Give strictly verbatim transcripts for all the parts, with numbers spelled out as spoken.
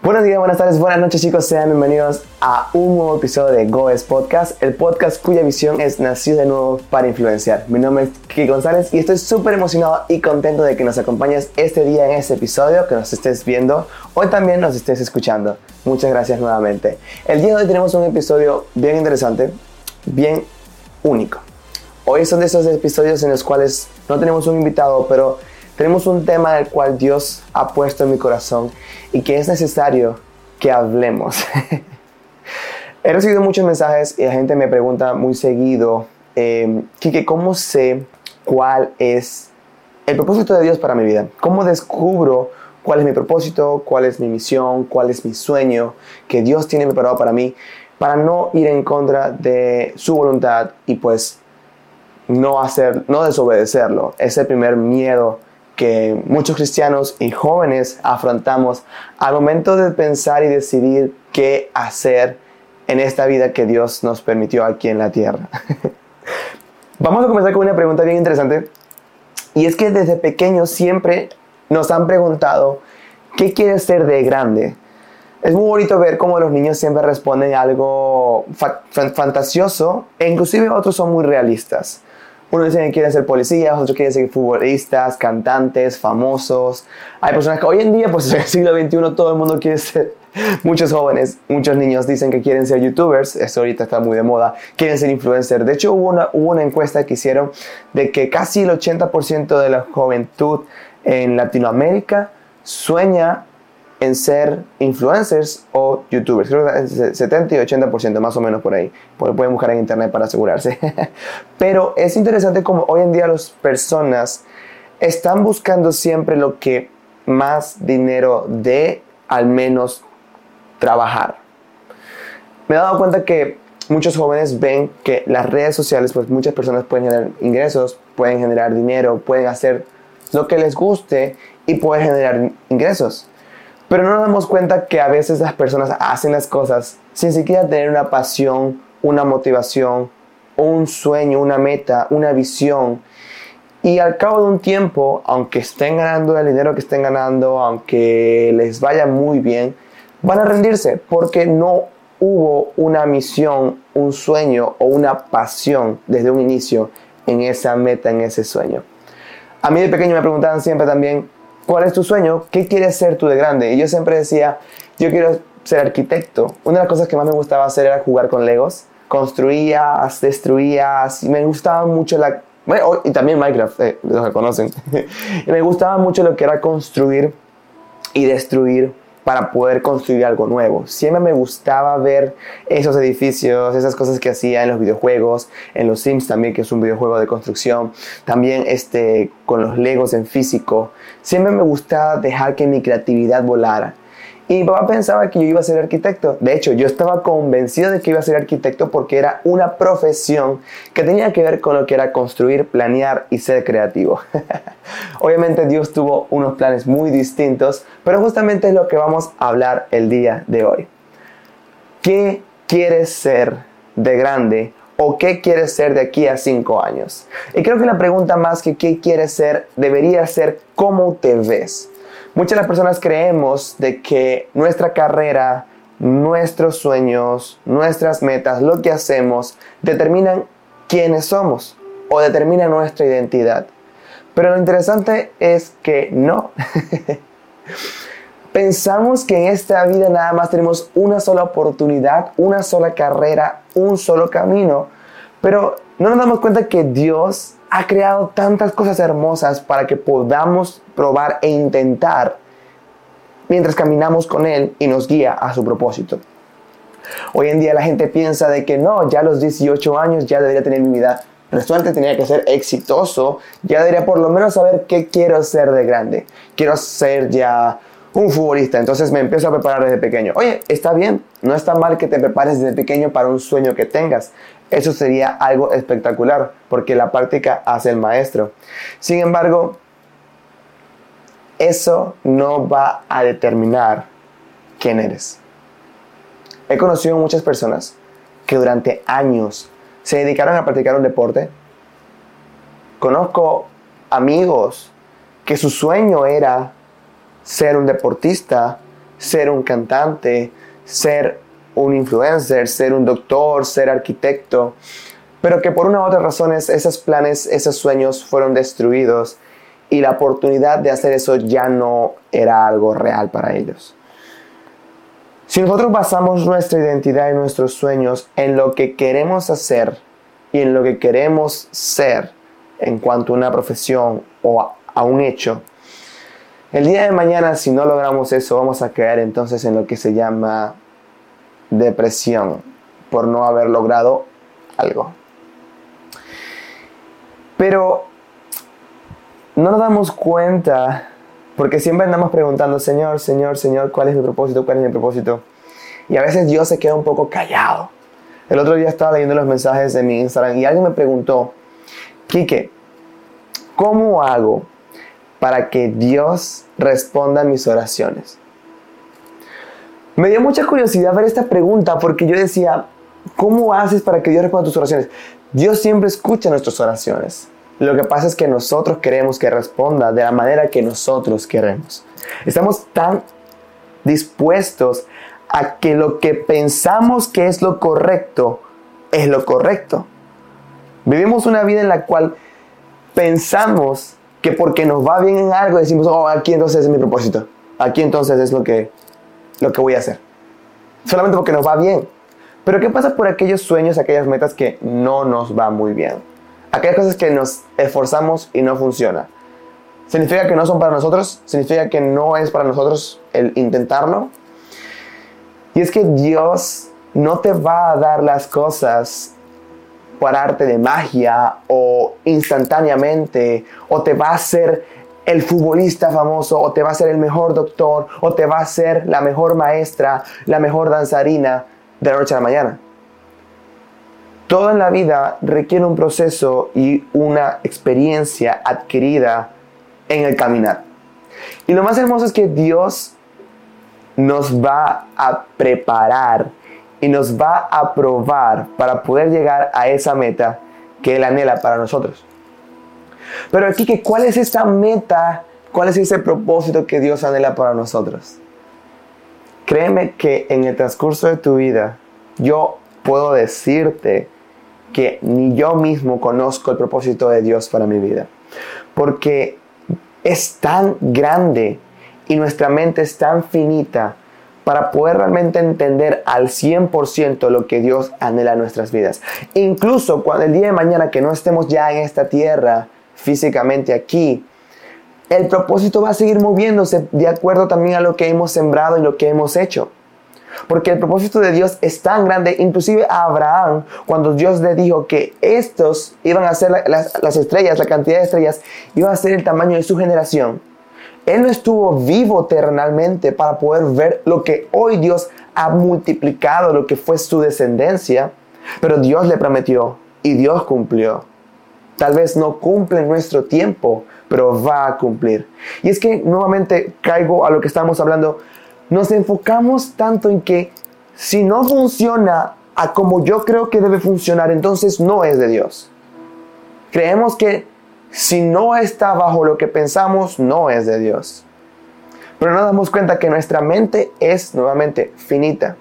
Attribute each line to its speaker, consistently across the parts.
Speaker 1: Buenos días, buenas tardes, buenas noches, chicos. Sean bienvenidos a un nuevo episodio de Goes Podcast, el podcast cuya visión es nacido de nuevo para influenciar. Mi nombre es Kiki González y estoy súper emocionado y contento de que nos acompañes este día en este episodio, que nos estés viendo o también nos estés escuchando. Muchas gracias nuevamente. El día de hoy tenemos un episodio bien interesante, bien único. Hoy son de esos episodios en los cuales no tenemos un invitado, pero tenemos un tema del cual Dios ha puesto en mi corazón y que es necesario que hablemos. He recibido muchos mensajes y la gente me pregunta muy seguido, eh, Kike, ¿cómo sé cuál es el propósito de Dios para mi vida? ¿Cómo descubro cuál es mi propósito, cuál es mi misión, cuál es mi sueño que Dios tiene preparado para mí, para no ir en contra de su voluntad y pues no hacer, no desobedecerlo? Es el primer miedo que muchos cristianos y jóvenes afrontamos al momento de pensar y decidir qué hacer en esta vida que Dios nos permitió aquí en la tierra. Vamos a comenzar con una pregunta bien interesante, y es que desde pequeños siempre nos han preguntado ¿qué quieres ser de grande? Es muy bonito ver cómo los niños siempre responden algo fa- fantasioso, e inclusive otros son muy realistas. Unos dicen que quieren ser policías, otros quieren ser futbolistas, cantantes, famosos. Hay personas que hoy en día, pues en el siglo veintiuno, todo el mundo quiere ser. Muchos jóvenes, muchos niños dicen que quieren ser youtubers. Eso ahorita está muy de moda. Quieren ser influencers. De hecho, hubo una, hubo una encuesta que hicieron de que casi el ochenta por ciento de la juventud en Latinoamérica sueña en ser influencers o youtubers. Creo que es setenta y ochenta por ciento más o menos por ahí. Pueden buscar en internet para asegurarse. Pero es interesante como hoy en día las personas están buscando siempre lo que más dinero dé, al menos trabajar. Me he dado cuenta que muchos jóvenes ven que las redes sociales, pues muchas personas pueden generar ingresos, pueden generar dinero, pueden hacer lo que les guste y pueden generar ingresos. Pero no nos damos cuenta que a veces las personas hacen las cosas sin siquiera tener una pasión, una motivación, un sueño, una meta, una visión. Y al cabo de un tiempo, aunque estén ganando el dinero que estén ganando, aunque les vaya muy bien, van a rendirse porque no hubo una misión, un sueño o una pasión desde un inicio en esa meta, en ese sueño. A mí de pequeño me preguntaban siempre también, ¿cuál es tu sueño? ¿Qué quieres ser tú de grande? Y yo siempre decía, yo quiero ser arquitecto. Una de las cosas que más me gustaba hacer era jugar con Legos. Construías, destruías, y me gustaba mucho la... Bueno, y también Minecraft, eh, los que conocen. Y me gustaba mucho lo que era construir y destruir para poder construir algo nuevo. Siempre me gustaba ver esos edificios, esas cosas que hacía en los videojuegos, en los Sims también, que es un videojuego de construcción, también este, con los Legos en físico. Siempre me gustaba dejar que mi creatividad volara. Y mi papá pensaba que yo iba a ser arquitecto. De hecho, yo estaba convencido de que iba a ser arquitecto porque era una profesión que tenía que ver con lo que era construir, planear y ser creativo. Obviamente Dios tuvo unos planes muy distintos, pero justamente es lo que vamos a hablar el día de hoy. ¿Qué quieres ser de grande o qué quieres ser de aquí a cinco años? Y creo que la pregunta más que qué quieres ser debería ser cómo te ves. Muchas de las personas creemos de que nuestra carrera, nuestros sueños, nuestras metas, lo que hacemos, determinan quiénes somos o determinan nuestra identidad. Pero lo interesante es que no. Pensamos que en esta vida nada más tenemos una sola oportunidad, una sola carrera, un solo camino. Pero no nos damos cuenta que Dios ha creado tantas cosas hermosas para que podamos probar e intentar mientras caminamos con Él y nos guía a su propósito. Hoy en día la gente piensa de que no, ya a los dieciocho años ya debería tener mi vida resuelta, tenía que ser exitoso, ya debería por lo menos saber qué quiero ser de grande. Quiero ser ya un futbolista, entonces me empiezo a preparar desde pequeño. Oye, está bien, no está mal que te prepares desde pequeño para un sueño que tengas. Eso sería algo espectacular, porque la práctica hace el maestro. Sin embargo, eso no va a determinar quién eres. He conocido muchas personas que durante años se dedicaron a practicar un deporte. Conozco amigos que su sueño era ser un deportista ser un cantante, ser un influencer, ser un doctor, ser arquitecto, pero que por una u otra razones esos planes, esos sueños fueron destruidos y la oportunidad de hacer eso ya no era algo real para ellos. Si nosotros basamos nuestra identidad y nuestros sueños en lo que queremos hacer y en lo que queremos ser en cuanto a una profesión o a, a un hecho, el día de mañana, si no logramos eso, vamos a caer entonces en lo que se llama depresión por no haber logrado algo. Pero no nos damos cuenta, porque siempre andamos preguntando, Señor, Señor, Señor, ¿cuál es mi propósito? ¿Cuál es mi propósito? Y a veces Dios se queda un poco callado. El otro día estaba leyendo los mensajes de mi Instagram y alguien me preguntó, Quique, ¿cómo hago para que Dios responda a mis oraciones? Me dio mucha curiosidad ver esta pregunta porque yo decía, ¿cómo haces para que Dios responda a tus oraciones? Dios siempre escucha nuestras oraciones. Lo que pasa es que nosotros queremos que responda de la manera que nosotros queremos. Estamos tan dispuestos a que lo que pensamos que es lo correcto, es lo correcto. Vivimos una vida en la cual pensamos que porque nos va bien en algo, decimos, oh, aquí entonces es mi propósito. Aquí entonces es lo que, lo que voy a hacer. Solamente porque nos va bien. Pero ¿qué pasa por aquellos sueños, aquellas metas que no nos va muy bien? Aquellas cosas que nos esforzamos y no funciona. ¿Significa que no son para nosotros? ¿Significa que no es para nosotros el intentarlo? Y es que Dios no te va a dar las cosas por arte de magia o instantáneamente, o te va a hacer el futbolista famoso, o te va a ser el mejor doctor, o te va a ser la mejor maestra, la mejor danzarina de la noche a la mañana. Todo en la vida requiere un proceso y una experiencia adquirida en el caminar. Y lo más hermoso es que Dios nos va a preparar y nos va a probar para poder llegar a esa meta que Él anhela para nosotros. Pero aquí, ¿cuál es esta meta? ¿Cuál es ese propósito que Dios anhela para nosotros? Créeme que en el transcurso de tu vida, yo puedo decirte que ni yo mismo conozco el propósito de Dios para mi vida. Porque es tan grande y nuestra mente es tan finita para poder realmente entender al cien por ciento lo que Dios anhela en nuestras vidas. Incluso cuando el día de mañana que no estemos ya en esta tierra, físicamente aquí, el propósito va a seguir moviéndose de acuerdo también a lo que hemos sembrado y lo que hemos hecho. Porque el propósito de Dios es tan grande, inclusive a Abraham, cuando Dios le dijo que estos iban a ser las, las estrellas, la cantidad de estrellas, iban a ser el tamaño de su generación. Él no estuvo vivo terrenalmente para poder ver lo que hoy Dios ha multiplicado, lo que fue su descendencia, pero Dios le prometió y Dios cumplió. Tal vez no cumple en nuestro tiempo, pero va a cumplir. Y es que nuevamente caigo a lo que estamos hablando. Nos enfocamos tanto en que si no funciona a como yo creo que debe funcionar, entonces no es de Dios. Creemos que si no está bajo lo que pensamos, no es de Dios. Pero nos damos cuenta que nuestra mente es nuevamente finita.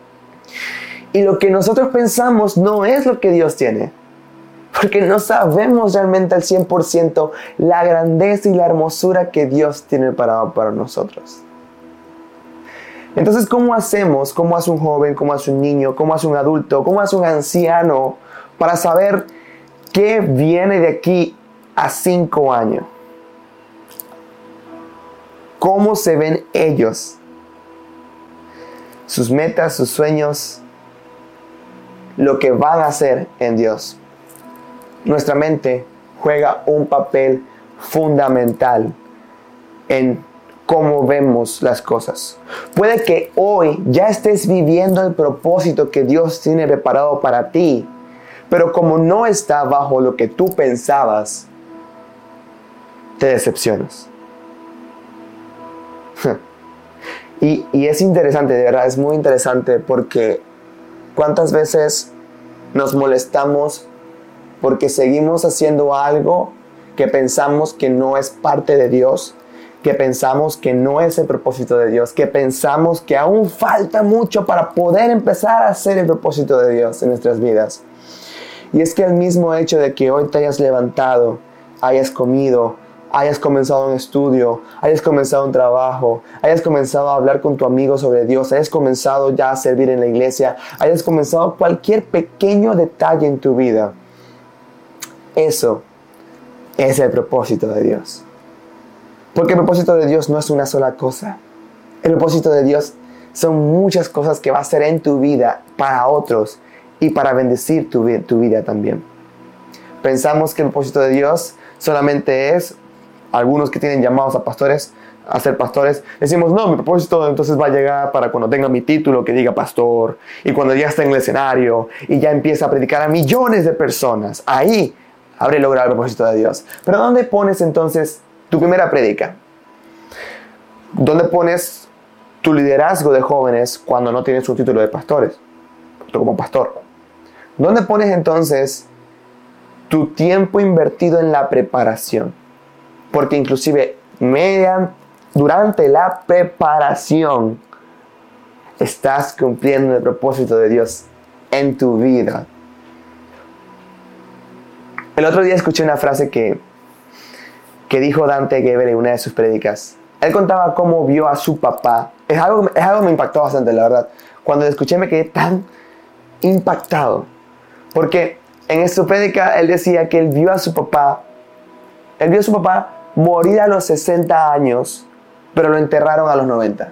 Speaker 1: Y lo que nosotros pensamos no es lo que Dios tiene. Porque no sabemos realmente al cien por ciento la grandeza y la hermosura que Dios tiene para, para nosotros. Entonces, ¿cómo hacemos? ¿Cómo hace un joven? ¿Cómo hace un niño? ¿Cómo hace un adulto? ¿Cómo hace un anciano? Para saber qué viene de aquí a cinco años. ¿Cómo se ven ellos? Sus metas, sus sueños, lo que van a hacer en Dios. Nuestra mente juega un papel fundamental en cómo vemos las cosas. Puede que hoy ya estés viviendo el propósito que Dios tiene preparado para ti, pero como no está bajo lo que tú pensabas, te decepcionas. y, y es interesante, de verdad, es muy interesante porque cuántas veces nos molestamos porque seguimos haciendo algo que pensamos que no es parte de Dios, que pensamos que no es el propósito de Dios, que pensamos que aún falta mucho para poder empezar a hacer el propósito de Dios en nuestras vidas. Y es que el mismo hecho de que hoy te hayas levantado, hayas comido, hayas comenzado un estudio, hayas comenzado un trabajo, hayas comenzado a hablar con tu amigo sobre Dios, hayas comenzado ya a servir en la iglesia, hayas comenzado cualquier pequeño detalle en tu vida, eso es el propósito de Dios. Porque el propósito de Dios no es una sola cosa. El propósito de Dios son muchas cosas que va a hacer en tu vida para otros y para bendecir tu, tu vida también. Pensamos que el propósito de Dios solamente es, algunos que tienen llamados a pastores, a ser pastores, decimos, no, mi propósito entonces va a llegar para cuando tenga mi título que diga pastor, y cuando ya esté en el escenario y ya empieza a predicar a millones de personas, ahí habré logrado el propósito de Dios. Pero ¿dónde pones entonces tu primera prédica? ¿Dónde pones tu liderazgo de jóvenes cuando no tienes un título de pastores? Tú como pastor. ¿Dónde pones entonces tu tiempo invertido en la preparación? Porque inclusive median, durante la preparación estás cumpliendo el propósito de Dios en tu vida. El otro día escuché una frase que, que dijo Dante Gebel en una de sus prédicas. Él contaba cómo vio a su papá. Es algo, es algo que me impactó bastante, la verdad. Cuando lo escuché me quedé tan impactado. Porque en su prédica él decía que él vio a su papá. Él vio a su papá morir a los sesenta años, pero lo enterraron a los noventa.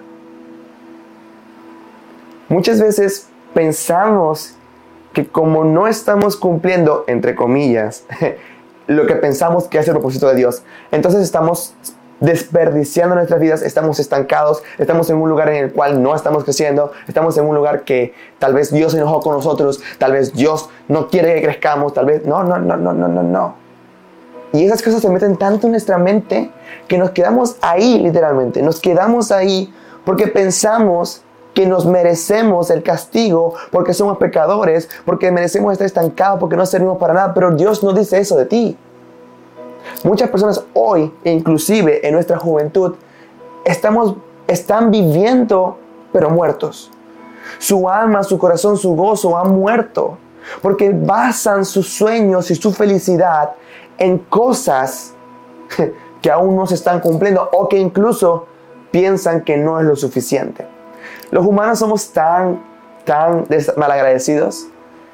Speaker 1: Muchas veces pensamos que como no estamos cumpliendo, entre comillas, lo que pensamos que es el propósito de Dios, entonces estamos desperdiciando nuestras vidas, estamos estancados, estamos en un lugar en el cual no estamos creciendo, estamos en un lugar que tal vez Dios se enojó con nosotros, tal vez Dios no quiere que crezcamos, tal vez, no, no, no, no, no, no, no. Y esas cosas se meten tanto en nuestra mente que nos quedamos ahí literalmente, nos quedamos ahí porque pensamos que nos merecemos el castigo porque somos pecadores, porque merecemos estar estancados, porque no servimos para nada, pero Dios no dice eso de ti. Muchas personas hoy, inclusive en nuestra juventud, estamos, están viviendo pero muertos. Su alma, su corazón, su gozo han muerto porque basan sus sueños y su felicidad en cosas que aún no se están cumpliendo o que incluso piensan que no es lo suficiente. Los humanos somos tan, tan malagradecidos,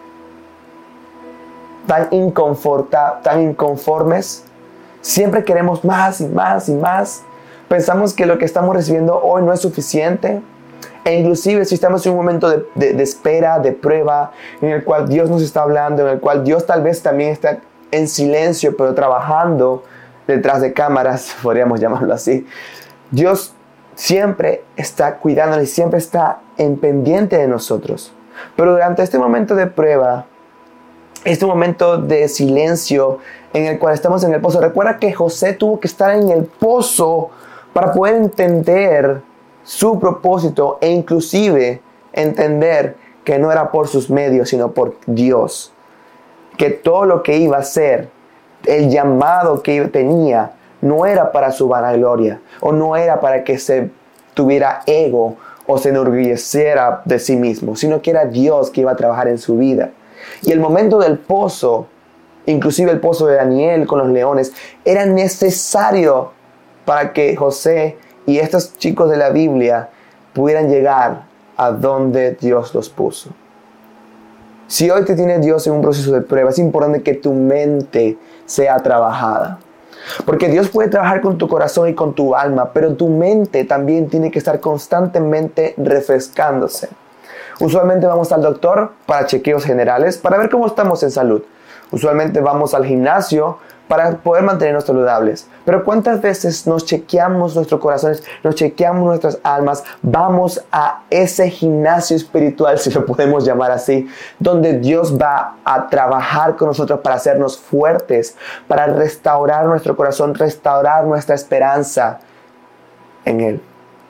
Speaker 1: tan, inconforta, tan inconformes. Siempre queremos más y más y más. Pensamos que lo que estamos recibiendo hoy no es suficiente. E inclusive si estamos en un momento de, de, de espera, de prueba, en el cual Dios nos está hablando, en el cual Dios tal vez también está en silencio, pero trabajando detrás de cámaras, podríamos llamarlo así. Dios siempre está cuidándonos y siempre está en pendiente de nosotros. Pero durante este momento de prueba, este momento de silencio en el cual estamos en el pozo, recuerda que José tuvo que estar en el pozo para poder entender su propósito e inclusive entender que no era por sus medios, sino por Dios. Que todo lo que iba a hacer, el llamado que tenía, no era para su vanagloria, o no era para que se tuviera ego o se enorgulleciera de sí mismo, sino que era Dios que iba a trabajar en su vida. Y el momento del pozo, inclusive el pozo de Daniel con los leones, era necesario para que José y estos chicos de la Biblia pudieran llegar a donde Dios los puso. Si hoy te tiene Dios en un proceso de prueba, es importante que tu mente sea trabajada. Porque Dios puede trabajar con tu corazón y con tu alma, pero tu mente también tiene que estar constantemente refrescándose. Usualmente vamos al doctor para chequeos generales, para ver cómo estamos en salud. Usualmente vamos al gimnasio para poder mantenernos saludables. Pero ¿cuántas veces nos chequeamos nuestros corazones, nos chequeamos nuestras almas, vamos a ese gimnasio espiritual, si lo podemos llamar así, donde Dios va a trabajar con nosotros para hacernos fuertes, para restaurar nuestro corazón, restaurar nuestra esperanza en Él?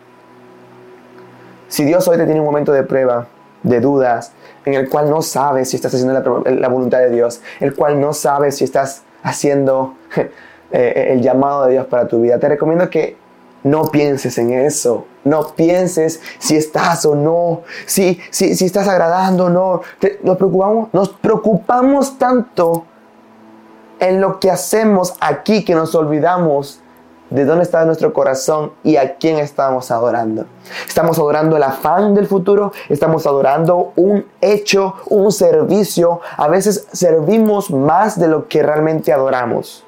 Speaker 1: Si Dios hoy te tiene un momento de prueba, de dudas, en el cual no sabes si estás haciendo la, la voluntad de Dios, el cual no sabes si estás haciendo eh, el llamado de Dios para tu vida, te recomiendo que No pienses en eso. No pienses si estás o no, si, si, si estás agradando o no. Te, nos preocupamos, nos preocupamos tanto en lo que hacemos aquí que nos olvidamos de dónde está nuestro corazón y a quién estamos adorando. Estamos adorando el afán del futuro, estamos adorando un hecho, un servicio. A veces servimos más de lo que realmente adoramos.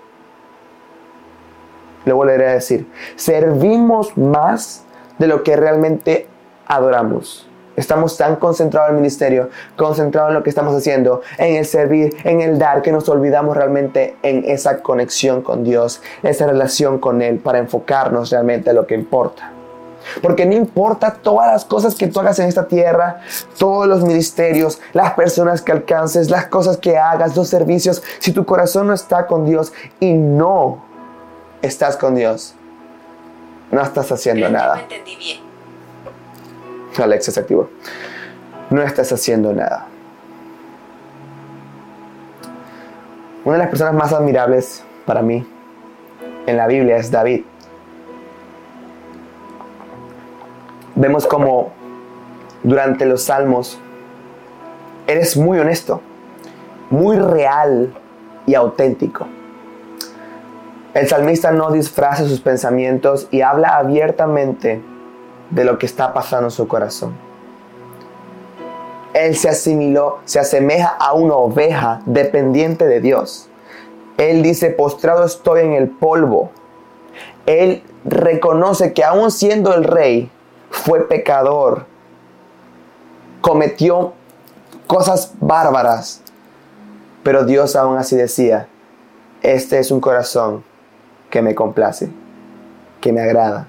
Speaker 1: Lo volveré a decir. Servimos más de lo que realmente adoramos. Estamos tan concentrados en el ministerio, concentrados en lo que estamos haciendo, en el servir, en el dar, que nos olvidamos realmente en esa conexión con Dios, esa relación con Él, para enfocarnos realmente a lo que importa. Porque no importa todas las cosas que tú hagas en esta tierra, todos los ministerios, las personas que alcances, las cosas que hagas, los servicios, si tu corazón no está con Dios y no estás con Dios, no estás haciendo nada.
Speaker 2: No entendí bien.
Speaker 1: Alexa se activó. No estás haciendo nada. Una de las personas más admirables para mí en la Biblia es David. Vemos como durante los salmos él es muy honesto, muy real y auténtico. El salmista no disfraza sus pensamientos y habla abiertamente de lo que está pasando en su corazón. Él se asimiló, se asemeja a una oveja dependiente de Dios. Él dice, postrado estoy en el polvo. Él reconoce que aún siendo el rey, fue pecador. Cometió cosas bárbaras. Pero Dios aún así decía, este es un corazón que me complace, que me agrada.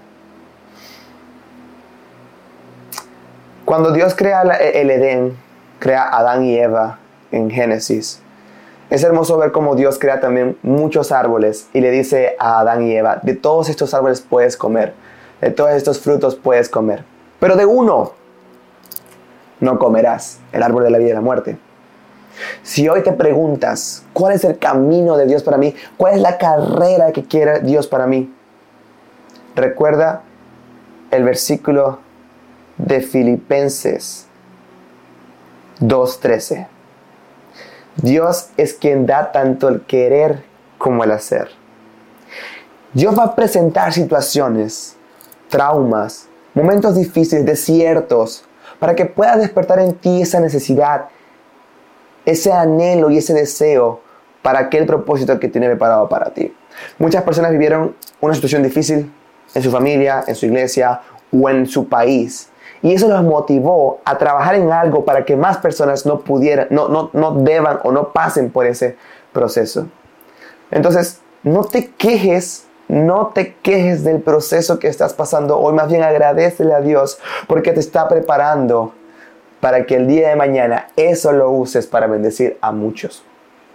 Speaker 1: Cuando Dios crea el Edén, crea a Adán y Eva en Génesis, es hermoso ver cómo Dios crea también muchos árboles y le dice a Adán y Eva, de todos estos árboles puedes comer, de todos estos frutos puedes comer, pero de uno no comerás, el árbol de la vida y la muerte. Si hoy te preguntas, ¿cuál es el camino de Dios para mí? ¿Cuál es la carrera que quiere Dios para mí? Recuerda el versículo de Filipenses dos trece. Dios es quien da tanto el querer como el hacer. Dios va a presentar situaciones, traumas, momentos difíciles, desiertos, para que puedas despertar en ti esa necesidad, ese anhelo y ese deseo para aquel propósito que tiene preparado para ti. Muchas personas vivieron una situación difícil en su familia, en su iglesia o en su país. Y eso los motivó a trabajar en algo para que más personas no pudieran, no, no, no deban o no pasen por ese proceso. Entonces, no te quejes, no te quejes del proceso que estás pasando hoy. Más bien agradécele a Dios porque te está preparando para que el día de mañana eso lo uses para bendecir a muchos.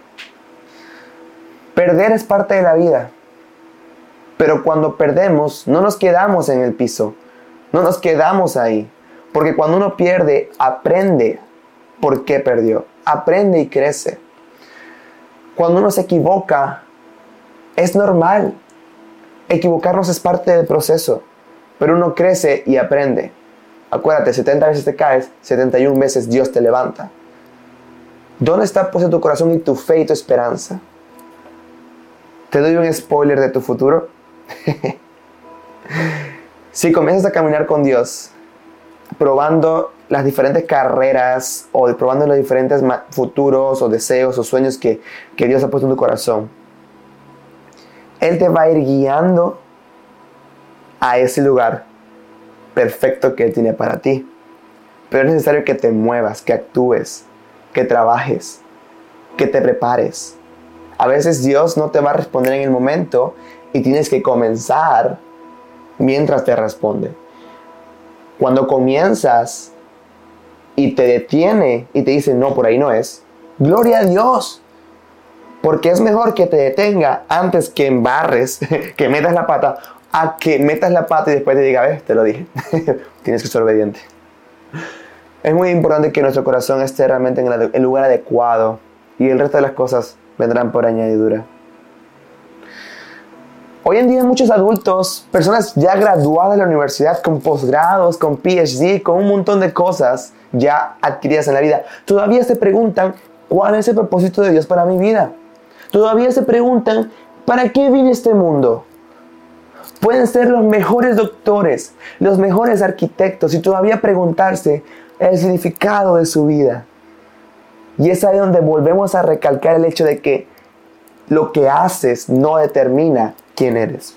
Speaker 1: Perder es parte de la vida. Pero cuando perdemos, no nos quedamos en el piso. No nos quedamos ahí. Porque cuando uno pierde, aprende por qué perdió. Aprende y crece. Cuando uno se equivoca, es normal. Equivocarnos es parte del proceso. Pero uno crece y aprende. Acuérdate, setenta veces te caes, setenta y una veces Dios te levanta. ¿Dónde está puesto tu corazón y tu fe y tu esperanza? ¿Te doy un spoiler de tu futuro? Si comienzas a caminar con Dios, probando las diferentes carreras o probando los diferentes futuros o deseos o sueños que, que Dios ha puesto en tu corazón, Él te va a ir guiando a ese lugar perfecto que Él tiene para ti. Pero es necesario que te muevas, que actúes, que trabajes, que te prepares. A veces Dios no te va a responder en el momento y tienes que comenzar mientras te responde. Cuando comienzas y te detiene y te dice no, por ahí no es, gloria a Dios, porque es mejor que te detenga antes que embarres, que metas la pata, a que metas la pata y después te diga, ves, te lo dije. Tienes que ser obediente. Es muy importante que nuestro corazón esté realmente en el lugar adecuado y el resto de las cosas vendrán por añadidura. Hoy en día muchos adultos, personas ya graduadas de la universidad con posgrados, con P H D, con un montón de cosas ya adquiridas en la vida, todavía se preguntan, ¿cuál es el propósito de Dios para mi vida? Todavía se preguntan, ¿para qué vine a este mundo? Pueden ser los mejores doctores, los mejores arquitectos y todavía preguntarse el significado de su vida. Y es ahí donde volvemos a recalcar el hecho de que lo que haces no determina quién eres.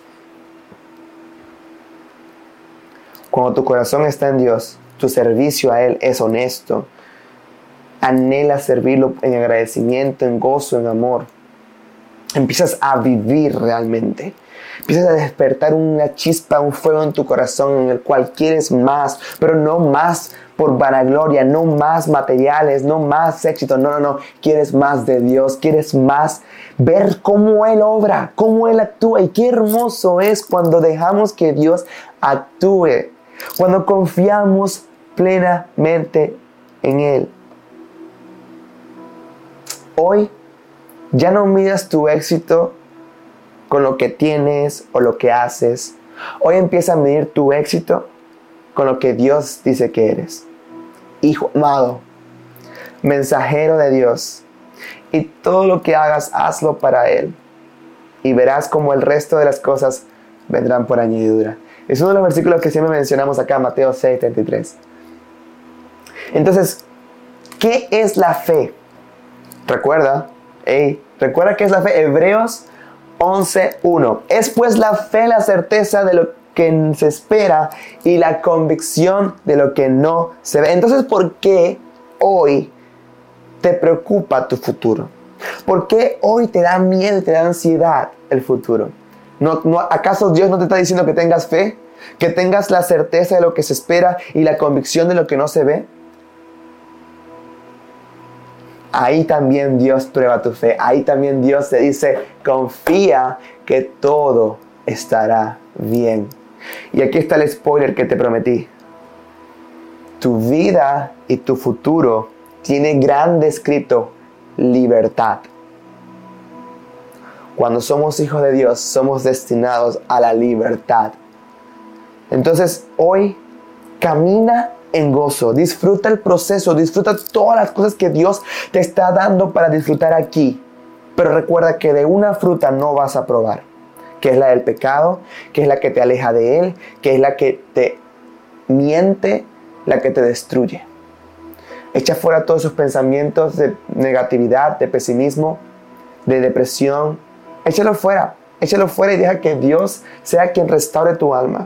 Speaker 1: Cuando tu corazón está en Dios, tu servicio a Él es honesto, anhelas servirlo en agradecimiento, en gozo, en amor. Empiezas a vivir realmente. Empiezas a despertar una chispa, un fuego en tu corazón en el cual quieres más, pero no más por vanagloria, no más materiales, no más éxito, no, no, no. Quieres más de Dios, quieres más ver cómo Él obra, cómo Él actúa. Y qué hermoso es cuando dejamos que Dios actúe, cuando confiamos plenamente en Él. Hoy ya no midas tu éxito con lo que tienes o lo que haces. Hoy empieza a medir tu éxito con lo que Dios dice que eres. Hijo amado, mensajero de Dios. Y todo lo que hagas, hazlo para Él. Y verás como el resto de las cosas vendrán por añadidura. Es uno de los versículos que siempre mencionamos acá, Mateo seis, treinta y tres. Entonces, ¿qué es la fe? Recuerda, hey, recuerda qué es la fe. Hebreos once, uno. Es pues la fe la certeza de lo que se espera y la convicción de lo que no se ve. Entonces, ¿por qué hoy te preocupa tu futuro? ¿Por qué hoy te da miedo y te da ansiedad el futuro? ¿No, no, ¿Acaso Dios no te está diciendo que tengas fe? ¿Que tengas la certeza de lo que se espera y la convicción de lo que no se ve? Ahí también Dios prueba tu fe. Ahí también Dios te dice, confía que todo estará bien. Y aquí está el spoiler que te prometí. Tu vida y tu futuro tiene grande escrito libertad. Cuando somos hijos de Dios, somos destinados a la libertad. Entonces, hoy camina en gozo, disfruta el proceso, disfruta todas las cosas que Dios te está dando para disfrutar aquí. Pero recuerda que de una fruta no vas a probar, que es la del pecado, que es la que te aleja de Él, que es la que te miente, la que te destruye. Echa fuera todos esos pensamientos de negatividad, de pesimismo, de depresión. Échalo fuera, échalo fuera y deja que Dios sea quien restaure tu alma.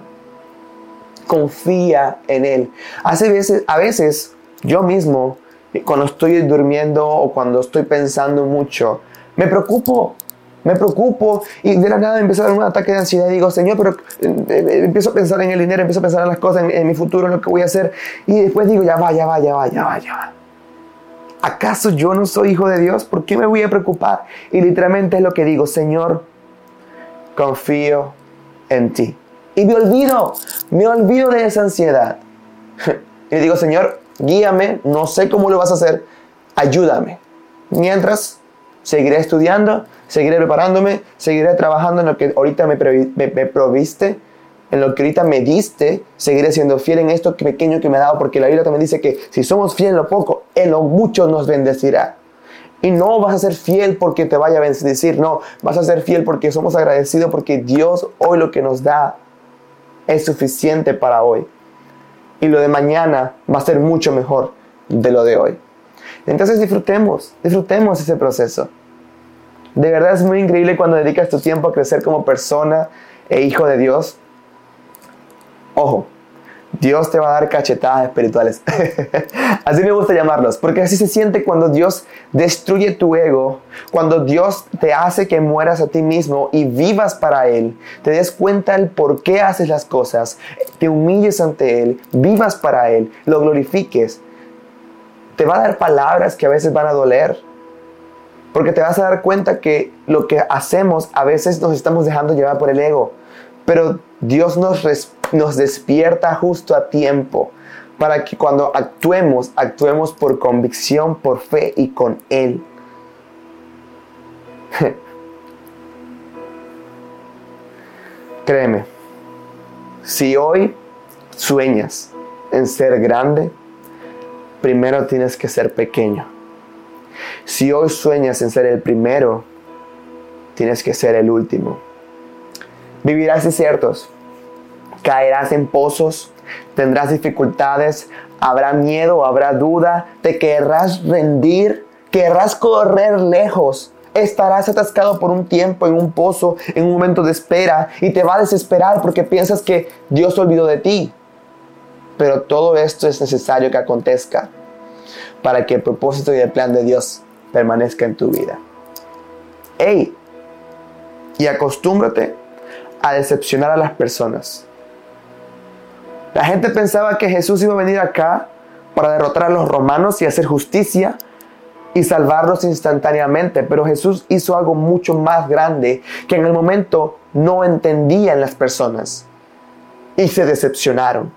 Speaker 1: Confía en Él. Hace veces, a veces yo mismo, cuando estoy durmiendo o cuando estoy pensando mucho, me preocupo, me preocupo y de la nada empiezo a dar un ataque de ansiedad y digo, Señor, pero eh, eh, empiezo a pensar en el dinero, empiezo a pensar en las cosas, en, en mi futuro, en lo que voy a hacer y después digo, ya va, ya va, ya va, ya va, ya va. ¿Acaso yo no soy hijo de Dios? ¿Por qué me voy a preocupar? Y literalmente es lo que digo, Señor, confío en ti. Y me olvido, me olvido de esa ansiedad. Y digo, Señor, guíame, no sé cómo lo vas a hacer, ayúdame. Mientras, seguiré estudiando, seguiré preparándome, seguiré trabajando en lo que ahorita me, previ- me, me proviste, en lo que ahorita me diste, seguiré siendo fiel en esto pequeño que me ha dado, porque la Biblia también dice que si somos fieles en lo poco, en lo mucho nos bendecirá. Y no vas a ser fiel porque te vaya a bendecir, no, vas a ser fiel porque somos agradecidos, porque Dios hoy lo que nos da es suficiente para hoy. Y lo de mañana va a ser mucho mejor de lo de hoy. Entonces disfrutemos, disfrutemos ese proceso. De verdad es muy increíble cuando dedicas tu tiempo a crecer como persona e hijo de Dios. Ojo, Dios te va a dar cachetadas espirituales. Así me gusta llamarlos, porque así se siente cuando Dios destruye tu ego, cuando Dios te hace que mueras a ti mismo y vivas para Él, te des cuenta el por qué haces las cosas, te humilles ante Él, vivas para Él, lo glorifiques. Te va a dar palabras que a veces van a doler, porque te vas a dar cuenta que lo que hacemos a veces nos estamos dejando llevar por el ego, pero Dios nos, res, nos despierta justo a tiempo para que cuando actuemos, actuemos por convicción, por fe y con Él. Créeme, si hoy sueñas en ser grande, primero tienes que ser pequeño. Si hoy sueñas en ser el primero, tienes que ser el último. Vivirás desiertos, caerás en pozos, tendrás dificultades, habrá miedo, habrá duda, te querrás rendir, querrás correr lejos, estarás atascado por un tiempo en un pozo, en un momento de espera, y te va a desesperar porque piensas que Dios se olvidó de ti. Pero todo esto es necesario que acontezca para que el propósito y el plan de Dios permanezca en tu vida. ¡Ey! Y acostúmbrate a decepcionar a las personas. La gente pensaba que Jesús iba a venir acá para derrotar a los romanos y hacer justicia y salvarlos instantáneamente, pero Jesús hizo algo mucho más grande que en el momento no entendían las personas y se decepcionaron.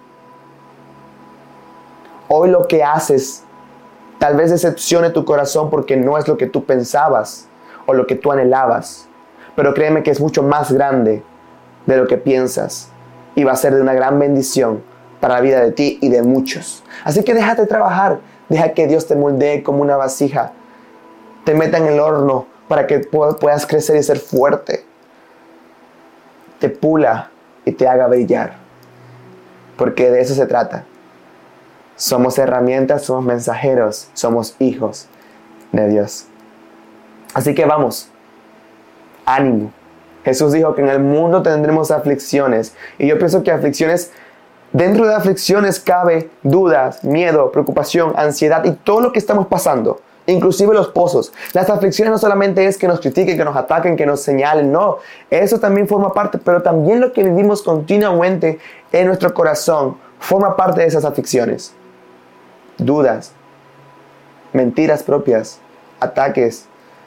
Speaker 1: Hoy lo que haces tal vez decepcione tu corazón porque no es lo que tú pensabas o lo que tú anhelabas, pero créeme que es mucho más grande de lo que piensas y va a ser de una gran bendición para la vida de ti y de muchos. Así que déjate trabajar, deja que Dios te moldee como una vasija, te meta en el horno para que puedas crecer y ser fuerte, te pula y te haga brillar, porque de eso se trata. Somos herramientas, somos mensajeros, somos hijos de Dios. Así que vamos, ánimo. Jesús dijo que en el mundo tendremos aflicciones, y yo pienso que aflicciones, dentro de aflicciones cabe dudas, miedo, preocupación, ansiedad y todo lo que estamos pasando, inclusive los pozos. Las aflicciones no solamente es que nos critiquen, que nos ataquen, que nos señalen, no, eso también forma parte, pero también lo que vivimos continuamente en nuestro corazón forma parte de esas aflicciones. Dudas, mentiras propias, ataques,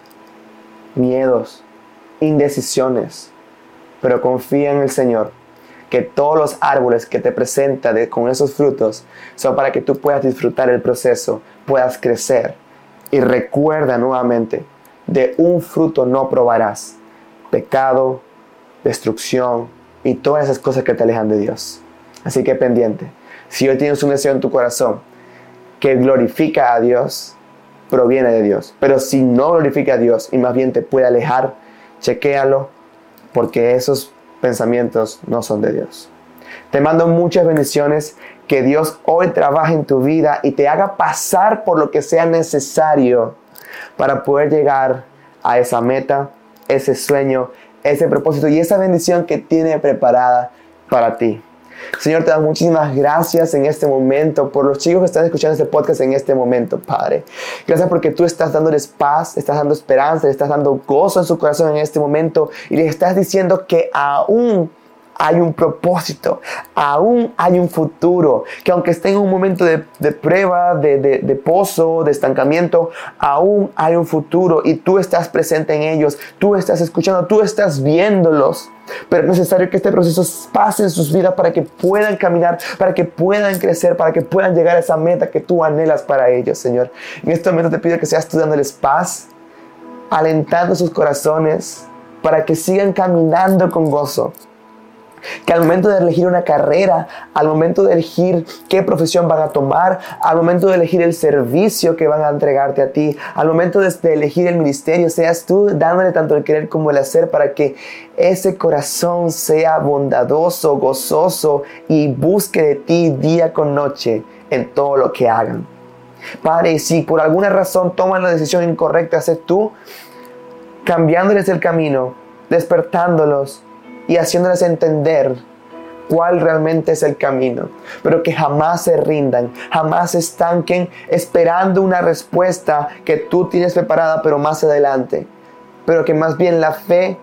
Speaker 1: miedos, indecisiones. Pero confía en el Señor, que todos los árboles que te presenta de, con esos frutos son para que tú puedas disfrutar el proceso, puedas crecer. Y recuerda nuevamente, de un fruto no probarás pecado, destrucción y todas esas cosas que te alejan de Dios. Así que pendiente, si hoy tienes un deseo en tu corazón que glorifica a Dios, proviene de Dios. Pero si no glorifica a Dios y más bien te puede alejar, chequéalo, porque esos pensamientos no son de Dios. Te mando muchas bendiciones, que Dios hoy trabaje en tu vida y te haga pasar por lo que sea necesario para poder llegar a esa meta, ese sueño, ese propósito y esa bendición que tiene preparada para ti. Señor, te damos muchísimas gracias en este momento por los chicos que están escuchando este podcast en este momento, Padre. Gracias porque tú estás dándoles paz, estás dando esperanza, les estás dando gozo en su corazón en este momento y les estás diciendo que aún hay un propósito, aún hay un futuro, que aunque estén en un momento de, de prueba, de, de, de pozo, de estancamiento, aún hay un futuro y tú estás presente en ellos, tú estás escuchando, tú estás viéndolos. Pero es necesario que este proceso pase en sus vidas para que puedan caminar, para que puedan crecer, para que puedan llegar a esa meta que tú anhelas para ellos, Señor. En este momento te pido que seas tú dándoles paz, alentando sus corazones para que sigan caminando con gozo. Que al momento de elegir una carrera, al momento de elegir qué profesión van a tomar, al momento de elegir el servicio que van a entregarte a ti, al momento de, de elegir el ministerio, seas tú dándole tanto el querer como el hacer para que ese corazón sea bondadoso, gozoso y busque de ti día con noche en todo lo que hagan. Padre, si por alguna razón toman la decisión incorrecta, sé tú cambiándoles el camino, despertándolos y haciéndoles entender cuál realmente es el camino, pero que jamás se rindan, jamás se estanquen esperando una respuesta que tú tienes preparada pero más adelante, pero que más bien la fe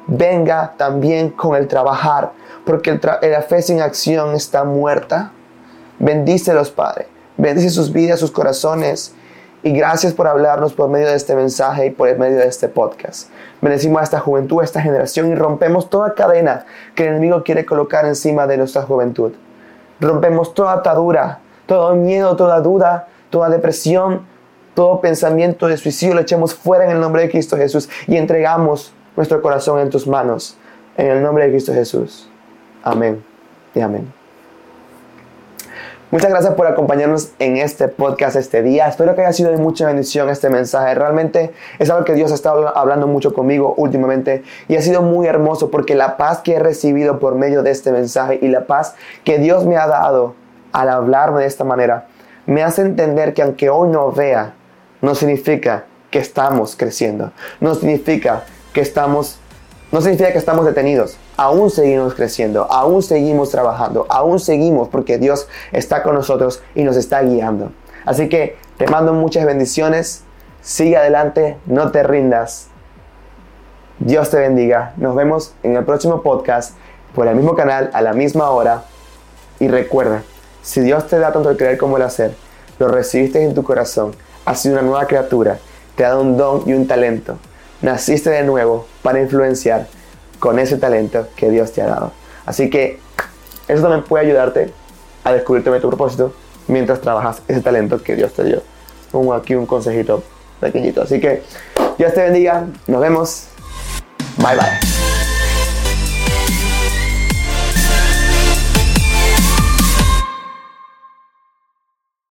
Speaker 1: venga también con el trabajar, porque el tra- la fe sin acción está muerta. Bendícelos, Padre, bendice sus vidas, sus corazones. Y gracias por hablarnos por medio de este mensaje y por medio de este podcast. Bendecimos a esta juventud, a esta generación y rompemos toda cadena que el enemigo quiere colocar encima de nuestra juventud. Rompemos toda atadura, todo miedo, toda duda, toda depresión, todo pensamiento de suicidio. Lo echamos fuera en el nombre de Cristo Jesús y entregamos nuestro corazón en tus manos. En el nombre de Cristo Jesús. Amén y amén. Muchas gracias por acompañarnos en este podcast este día. Espero que haya sido de mucha bendición este mensaje. Realmente es algo que Dios ha estado hablando mucho conmigo últimamente y ha sido muy hermoso porque la paz que he recibido por medio de este mensaje y la paz que Dios me ha dado al hablarme de esta manera me hace entender que aunque hoy no vea, no significa que estamos creciendo. No significa que estamos, no significa que estamos detenidos. Aún seguimos creciendo, aún seguimos trabajando, aún seguimos porque Dios está con nosotros y nos está guiando. Así que te mando muchas bendiciones, sigue adelante, no te rindas. Dios te bendiga. Nos vemos en el próximo podcast por el mismo canal, a la misma hora. Y recuerda, si Dios te da tanto el creer como el hacer, lo recibiste en tu corazón, has sido una nueva criatura, te ha dado un don y un talento. Naciste de nuevo para influenciar con ese talento que Dios te ha dado. Así que eso también puede ayudarte a descubrir tu propósito mientras trabajas ese talento que Dios te dio. Pongo aquí un consejito pequeñito. Así que Dios te bendiga. Nos vemos. Bye bye.